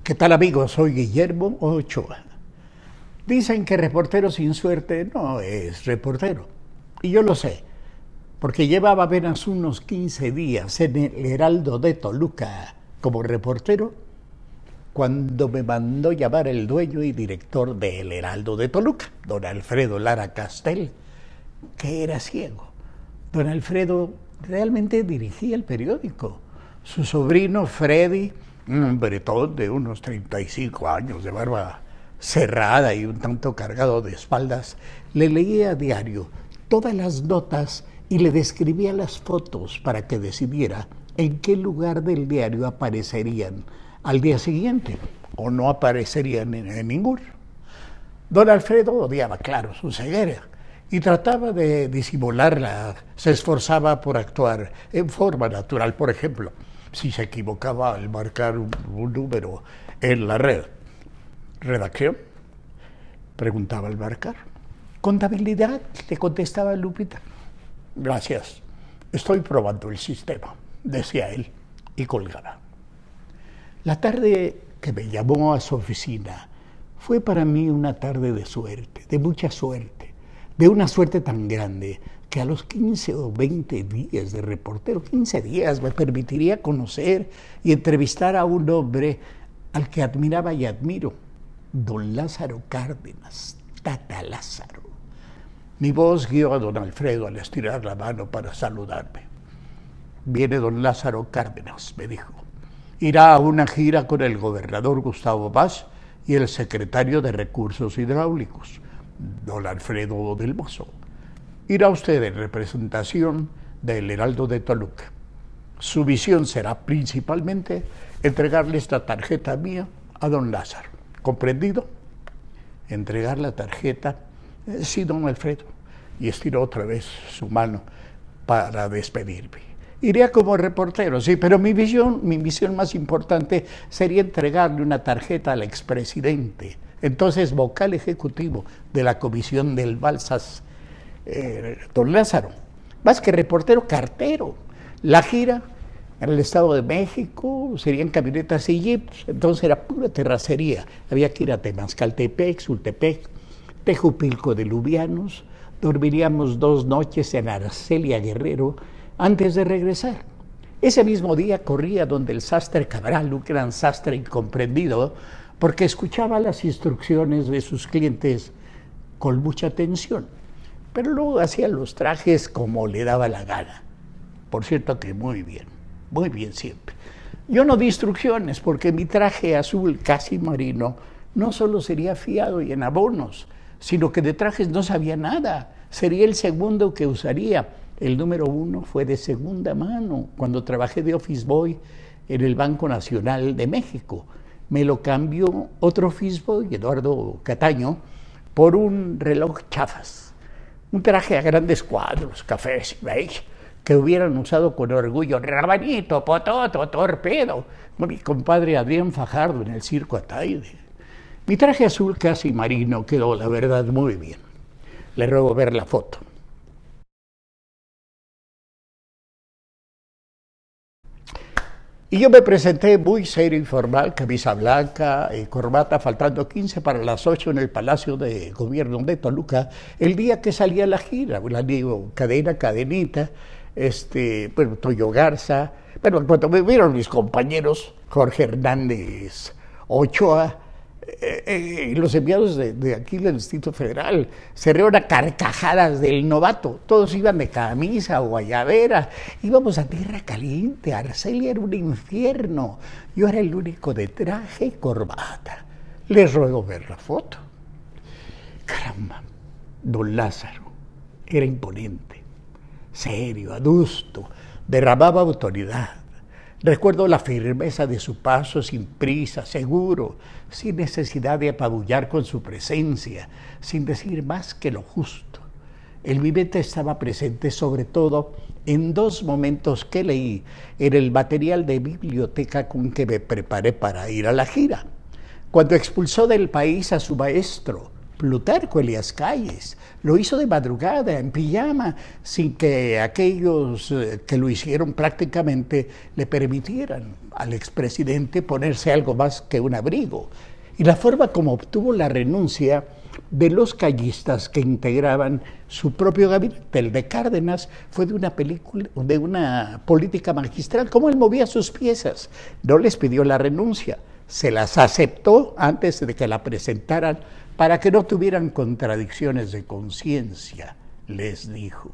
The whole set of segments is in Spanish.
¿Qué tal, amigos? Soy Guillermo Ochoa. Dicen que reportero sin suerte no es reportero. Y yo lo sé, porque llevaba apenas unos 15 días en el Heraldo de Toluca como reportero cuando me mandó llamar el dueño y director del Heraldo de Toluca, don Alfredo Lara Castel, que era ciego. Don Alfredo realmente dirigía el periódico. Su sobrino Freddy, un bretón de unos 35 años, de barba cerrada y un tanto cargado de espaldas, le leía a diario todas las notas y le describía las fotos para que decidiera en qué lugar del diario aparecerían al día siguiente o no aparecerían en ninguno. Don Alfredo odiaba, claro, su ceguera y trataba de disimularla. Se esforzaba por actuar en forma natural. Por ejemplo, si se equivocaba al marcar un número en la red. ¿Redacción?, preguntaba al marcar. ¿Contabilidad?, le contestaba Lupita. Gracias, estoy probando el sistema, decía él, y colgaba. La tarde que me llamó a su oficina fue para mí una tarde de suerte, de mucha suerte, de una suerte tan grande que a los 15 o 20 días de reportero, 15 días, me permitiría conocer y entrevistar a un hombre al que admiraba y admiro, don Lázaro Cárdenas, Tata Lázaro. Mi voz guió a don Alfredo al estirar la mano para saludarme. Viene don Lázaro Cárdenas, me dijo. Irá a una gira con el gobernador Gustavo Vaz y el secretario de Recursos Hidráulicos, don Alfredo del Mozo. Irá usted en representación del Heraldo de Toluca. Su visión será principalmente entregarle esta tarjeta mía a don Lázaro. ¿Comprendido? Entregar la tarjeta, sí, don Alfredo. Y estiró otra vez su mano para despedirme. Iría como reportero, sí, pero mi misión más importante sería entregarle una tarjeta al expresidente, entonces vocal ejecutivo de la Comisión del Balsas, don Lázaro. Más que reportero, cartero. La gira en el Estado de México serían camionetas y jeeps, entonces era pura terracería. Había que ir a Temascaltepec, Sultepec, Tejupilco de Lubianos. Dormiríamos 2 noches en Arcelia Guerrero antes de regresar. Ese mismo día corría donde el sastre Cabral, un gran sastre incomprendido, porque escuchaba las instrucciones de sus clientes con mucha atención, pero luego hacía los trajes como le daba la gana. Por cierto que muy bien siempre. Yo no di instrucciones porque mi traje azul casi marino no solo sería fiado y en abonos, sino que de trajes no sabía nada. Sería el segundo que usaría. El número 1 fue de segunda mano cuando trabajé de office boy en el Banco Nacional de México. Me lo cambió otro office boy, Eduardo Cataño, por un reloj chafas. Un traje a grandes cuadros, cafés y beige, que hubieran usado con orgullo Rabanito, Pototo, Torpedo, mi compadre Adrián Fajardo en el Circo Ataide. Mi traje azul casi marino quedó, la verdad, muy bien. Le ruego ver la foto. Y yo me presenté muy serio y formal, camisa blanca, corbata, faltando 15 para las 8 en el Palacio de Gobierno de Toluca, el día que salía la gira. La digo, cadenita, Toyo Garza. Bueno, cuando me vieron mis compañeros, Jorge Hernández Ochoa, los enviados de aquí del Distrito Federal, se rieron a carcajadas del novato. Todos iban de camisa o guayabera. Íbamos a tierra caliente. Arcelia era un infierno. Yo era el único de traje y corbata. Les ruego ver la foto. Caramba, don Lázaro era imponente, serio, adusto, derramaba autoridad. Recuerdo la firmeza de su paso, sin prisa, seguro, sin necesidad de apabullar con su presencia, sin decir más que lo justo. En mi mente estaba presente sobre todo en 2 momentos que leí en el material de biblioteca con que me preparé para ir a la gira. Cuando expulsó del país a su maestro, Plutarco Elías Calles. Lo hizo de madrugada, en pijama, sin que aquellos que lo hicieron prácticamente le permitieran al expresidente ponerse algo más que un abrigo. Y la forma como obtuvo la renuncia de los callistas que integraban su propio gabinete, el de Cárdenas, fue de una política magistral. Cómo él movía sus piezas. No les pidió la renuncia, se las aceptó antes de que la presentaran para que no tuvieran contradicciones de conciencia, les dijo.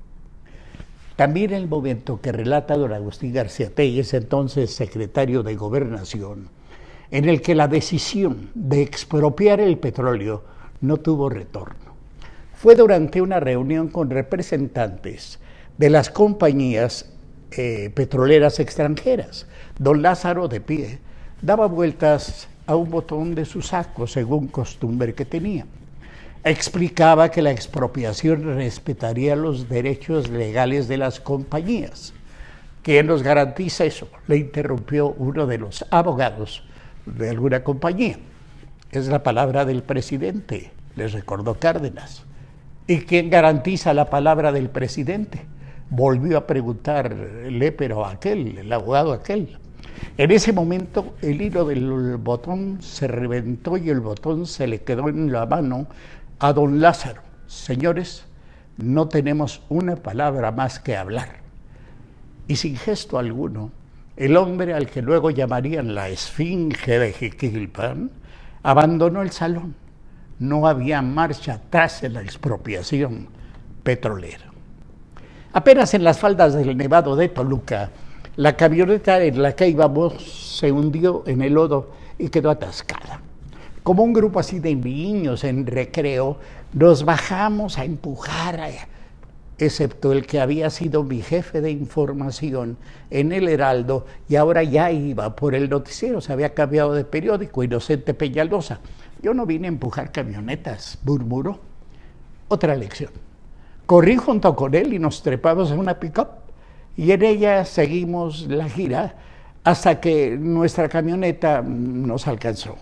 También el momento que relata don Agustín García Telles, entonces secretario de Gobernación, en el que la decisión de expropiar el petróleo no tuvo retorno. Fue durante una reunión con representantes de las compañías petroleras extranjeras. Don Lázaro, de pie, daba vueltas a un botón de su saco, según costumbre que tenía. Explicaba que la expropiación respetaría los derechos legales de las compañías. ¿Quién nos garantiza eso?, le interrumpió uno de los abogados de alguna compañía. Es la palabra del presidente, les recordó Cárdenas. ¿Y quién garantiza la palabra del presidente?, volvió a preguntarle, pero aquel, el abogado aquel. En ese momento el hilo del botón se reventó y el botón se le quedó en la mano a don Lázaro. Señores, no tenemos una palabra más que hablar. Y sin gesto alguno, el hombre al que luego llamarían la Esfinge de Jiquilpan abandonó el salón. No había marcha atrás en la expropiación petrolera. Apenas en las faldas del Nevado de Toluca, la camioneta en la que íbamos se hundió en el lodo y quedó atascada. Como un grupo así de niños en recreo, nos bajamos a empujar, excepto el que había sido mi jefe de información en el Heraldo y ahora ya iba por el noticiero, se había cambiado de periódico, Inocente Peñalosa. Yo no vine a empujar camionetas, murmuró. Otra lección. Corrí junto con él y nos trepamos en una pick-up y en ella seguimos la gira hasta que nuestra camioneta nos alcanzó.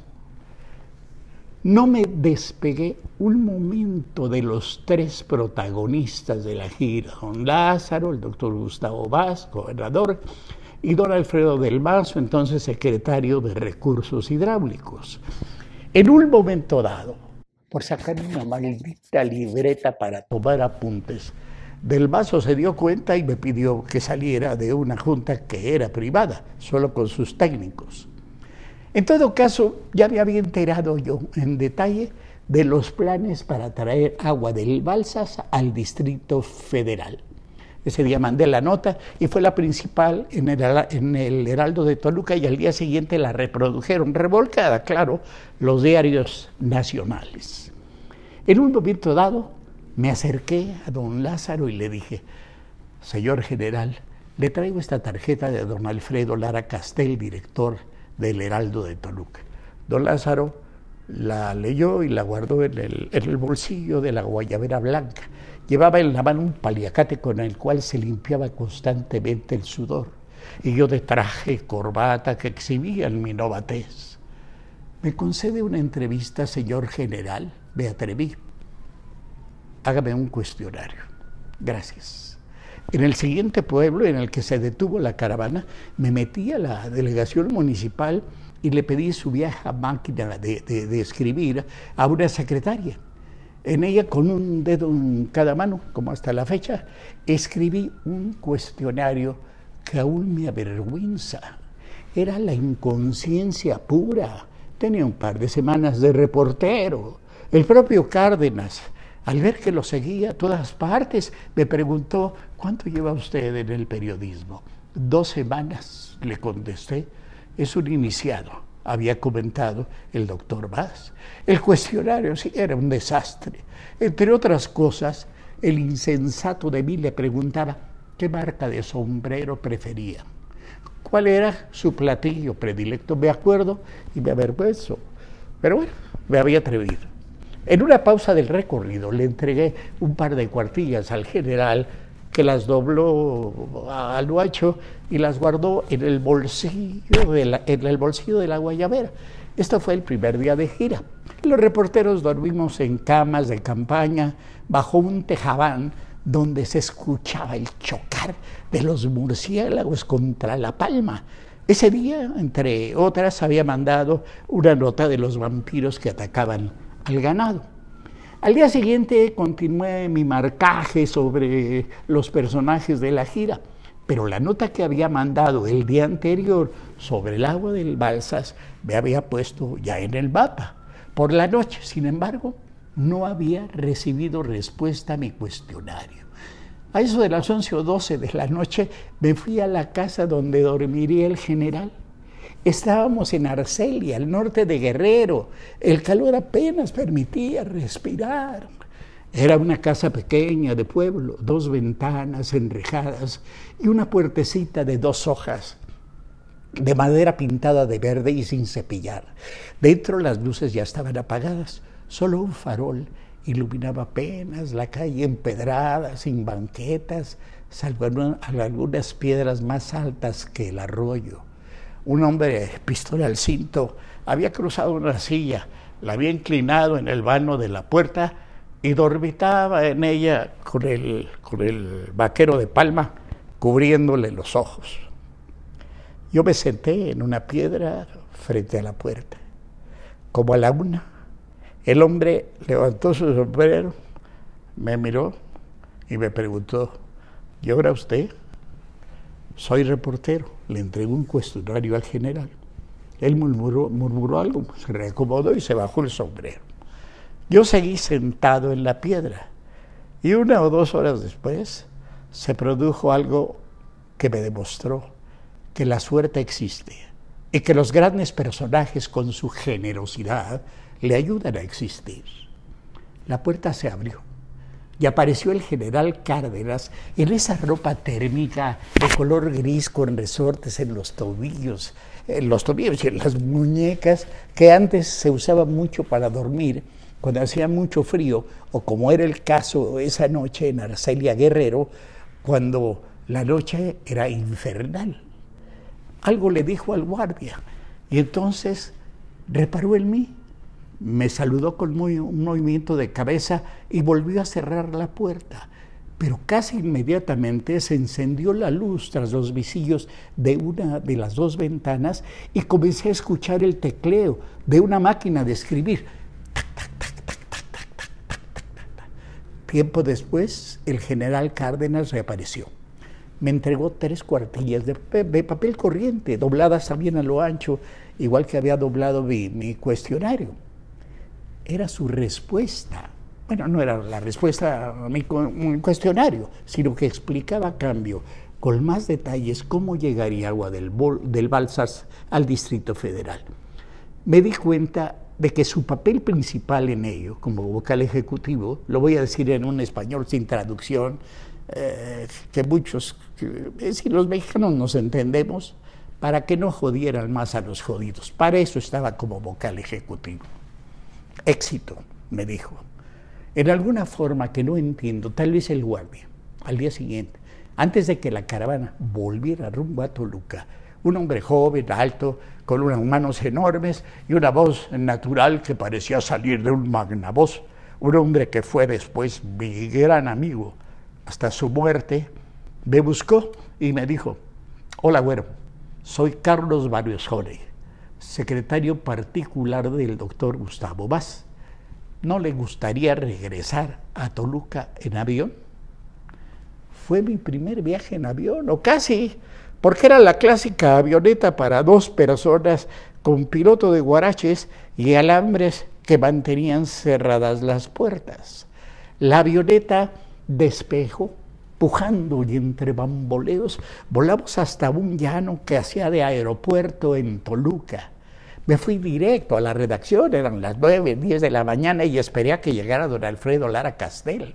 No me despegué un momento de los tres protagonistas de la gira, don Lázaro, el doctor Gustavo Vaz, gobernador, y don Alfredo del Mazo, entonces secretario de Recursos Hidráulicos. En un momento dado, por sacar una maldita libreta para tomar apuntes, del Mazo se dio cuenta y me pidió que saliera de una junta que era privada, solo con sus técnicos. En todo caso, ya me había enterado yo en detalle de los planes para traer agua del Balsas al Distrito Federal. Ese día mandé la nota y fue la principal en el Heraldo de Toluca y al día siguiente la reprodujeron, revolcada, claro, los diarios nacionales. En un momento dado me acerqué a don Lázaro y le dije: señor general, le traigo esta tarjeta de don Alfredo Lara Castel, director del Heraldo de Toluca. Don Lázaro la leyó y la guardó en el bolsillo de la guayabera blanca. Llevaba en la mano un paliacate con el cual se limpiaba constantemente el sudor. Y yo de traje y corbata que exhibían mi novatez. ¿Me concede una entrevista, señor general? Me atreví. Hágame un cuestionario. Gracias. En el siguiente pueblo en el que se detuvo la caravana, me metí a la delegación municipal y le pedí su vieja máquina de escribir a una secretaria. En ella, con un dedo en cada mano, como hasta la fecha, escribí un cuestionario que aún me avergüenza. Era la inconsciencia pura. Tenía un par de semanas de reportero. El propio Cárdenas, al ver que lo seguía a todas partes, me preguntó: ¿cuánto lleva usted en el periodismo? 2 semanas, le contesté. Es un iniciado, había comentado el doctor Vaz. El cuestionario sí era un desastre. Entre otras cosas, el insensato de mí le preguntaba qué marca de sombrero prefería, cuál era su platillo predilecto. Me acuerdo y me avergüenzo, pero bueno, me había atrevido. En una pausa del recorrido le entregué un par de cuartillas al general, que las dobló a lo ancho y las guardó en el bolsillo de la guayabera. Esto fue el primer día de gira. Los reporteros dormimos en camas de campaña bajo un tejabán donde se escuchaba el chocar de los murciélagos contra la palma. Ese día, entre otras, había mandado una nota de los vampiros que atacaban al ganado. Al día siguiente continué mi marcaje sobre los personajes de la gira, pero la nota que había mandado el día anterior sobre el agua del Balsas me había puesto ya en el mapa. Por la noche, sin embargo, no había recibido respuesta a mi cuestionario. A eso de las 11 o 12 de la noche me fui a la casa donde dormiría el general. Estábamos en Arcelia, al norte de Guerrero. El calor apenas permitía respirar. Era una casa pequeña de pueblo, 2 ventanas enrejadas y una puertecita de 2 hojas de madera pintada de verde y sin cepillar. Dentro las luces ya estaban apagadas, solo un farol iluminaba apenas la calle empedrada, sin banquetas, salvo algunas piedras más altas que el arroyo. Un hombre, pistola al cinto, había cruzado una silla, la había inclinado en el vano de la puerta y dormitaba en ella con el vaquero de palma cubriéndole los ojos. Yo me senté en una piedra frente a la puerta. Como a la 1, el hombre levantó su sombrero, me miró y me preguntó: ¿llora usted? Soy reportero. Le entregué un cuestionario al general. Él murmuró algo, se reacomodó y se bajó el sombrero. Yo seguí sentado en la piedra y 1 o 2 horas después se produjo algo que me demostró que la suerte existe y que los grandes personajes con su generosidad le ayudan a existir. La puerta se abrió y apareció el general Cárdenas en esa ropa térmica de color gris con resortes en los tobillos y en las muñecas, que antes se usaba mucho para dormir cuando hacía mucho frío, o como era el caso esa noche en Arcelia, Guerrero, cuando la noche era infernal. Algo le dijo al guardia y entonces reparó en mí. Me saludó con un movimiento de cabeza y volvió a cerrar la puerta. Pero casi inmediatamente se encendió la luz tras los visillos de una de las 2 ventanas y comencé a escuchar el tecleo de una máquina de escribir. Tac, tac, tac, tac, tac, tac, tac, tac, tac, tac. Tiempo después, el general Cárdenas reapareció. Me entregó 3 cuartillas de papel corriente, dobladas también a lo ancho, igual que había doblado mi cuestionario. Era su respuesta. Bueno, no era la respuesta a mi cuestionario, sino que explicaba a cambio, con más detalles, cómo llegaría agua del Balsas al Distrito Federal. Me di cuenta de que su papel principal en ello, como vocal ejecutivo, lo voy a decir en un español sin traducción, que muchos, si los mexicanos nos entendemos, para que no jodieran más a los jodidos. Para eso estaba como vocal ejecutivo. Éxito, me dijo. En alguna forma que no entiendo, tal vez el guardia, al día siguiente, antes de que la caravana volviera rumbo a Toluca, un hombre joven, alto, con unas manos enormes y una voz natural que parecía salir de un magnavoz, un hombre que fue después mi gran amigo hasta su muerte, me buscó y me dijo: hola, güero, soy Carlos Barrios Jore, secretario particular del doctor Gustavo Vaz. ¿No le gustaría regresar a Toluca en avión? Fue mi primer viaje en avión, o casi, porque era la clásica avioneta para 2 personas con piloto de guaraches y alambres que mantenían cerradas las puertas. La avioneta despejó, pujando y entre bamboleos, volamos hasta un llano que hacía de aeropuerto en Toluca. Me fui directo a la redacción, eran las 9, 10 de la mañana y esperé a que llegara don Alfredo Lara Castel.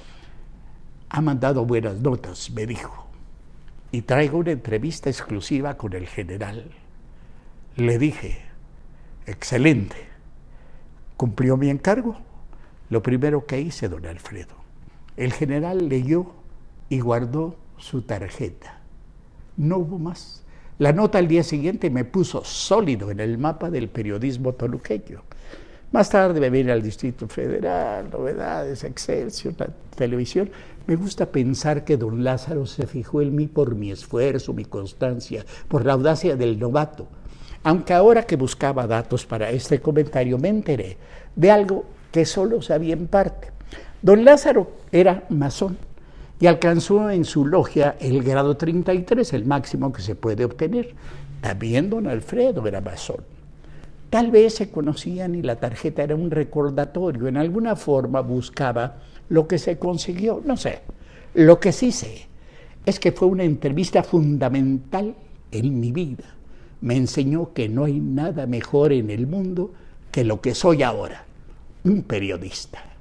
Ha mandado buenas notas, me dijo, y traigo una entrevista exclusiva con el general. Le dije: excelente. ¿Cumplió mi encargo? Lo primero que hice, don Alfredo. El general leyó y guardó su tarjeta. No hubo más. La nota al día siguiente me puso sólido en el mapa del periodismo toluqueño. Más tarde me vine al Distrito Federal, Novedades, Excelsior, la televisión. Me gusta pensar que don Lázaro se fijó en mí por mi esfuerzo, mi constancia, por la audacia del novato. Aunque ahora que buscaba datos para este comentario me enteré de algo que solo sabía en parte. Don Lázaro era masón y alcanzó en su logia el grado 33, el máximo que se puede obtener. También don Alfredo era masón. Tal vez se conocían y la tarjeta era un recordatorio. En alguna forma buscaba lo que se consiguió. No sé. Lo que sí sé es que fue una entrevista fundamental en mi vida. Me enseñó que no hay nada mejor en el mundo que lo que soy ahora, un periodista.